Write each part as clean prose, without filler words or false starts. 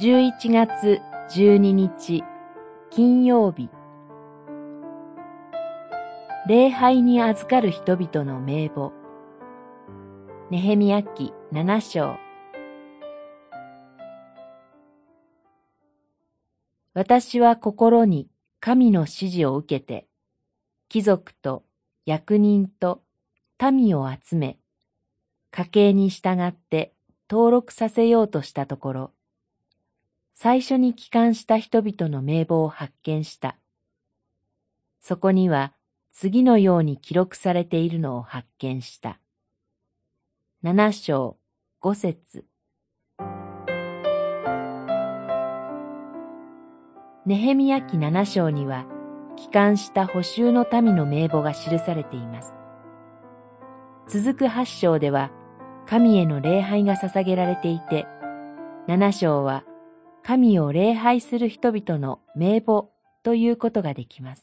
11月12日金曜日、礼拝に預かる人々の名簿。ネヘミヤ記7章。私は心に神の指示を受けて、貴族と役人と民を集め、家系に従って登録させようとしたところ、最初に帰還した人々の名簿を発見した。そこには次のように記録されているのを発見した。7章5節。ネヘミヤ記7章には、帰還した捕囚の民の名簿が記されています。続く8章では、神への礼拝が捧げられていて、7章は、神を礼拝する人々の名簿ということができます。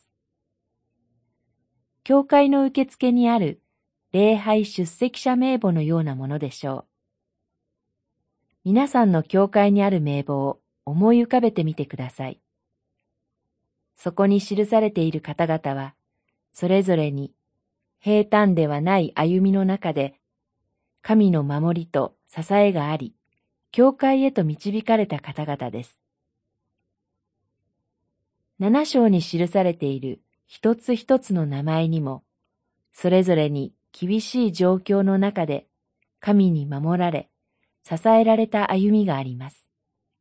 教会の受付にある礼拝出席者名簿のようなものでしょう。皆さんの教会にある名簿を思い浮かべてみてください。そこに記されている方々は、それぞれに平坦ではない歩みの中で、神の守りと支えがあり、教会へと導かれた方々です。7章に記されている一つ一つの名前にも、それぞれに厳しい状況の中で、神に守られ、支えられた歩みがあります。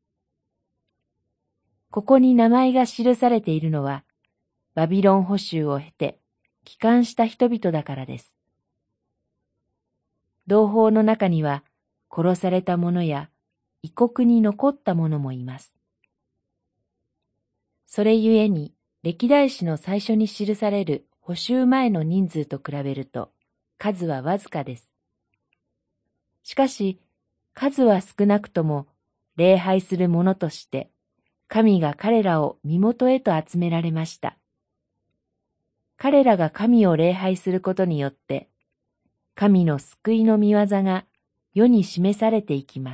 ここに名前が記されているのは、バビロン捕囚を経て帰還した人々だからです。同胞の中には殺された者や異国に残った者もいます。それゆえに歴代史の最初に記される捕囚前の人数と比べると数はわずかです。しかし数は少なくとも礼拝する者として神が彼らを身元へと集められました。彼らが神を礼拝することによって、神の救いの御業が世に示されていきます。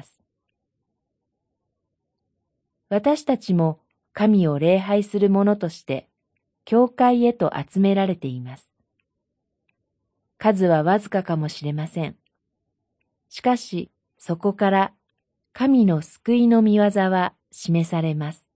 私たちも神を礼拝する者として、教会へと集められています。数はわずかかもしれません。しかし、そこから神の救いの御業は示されます。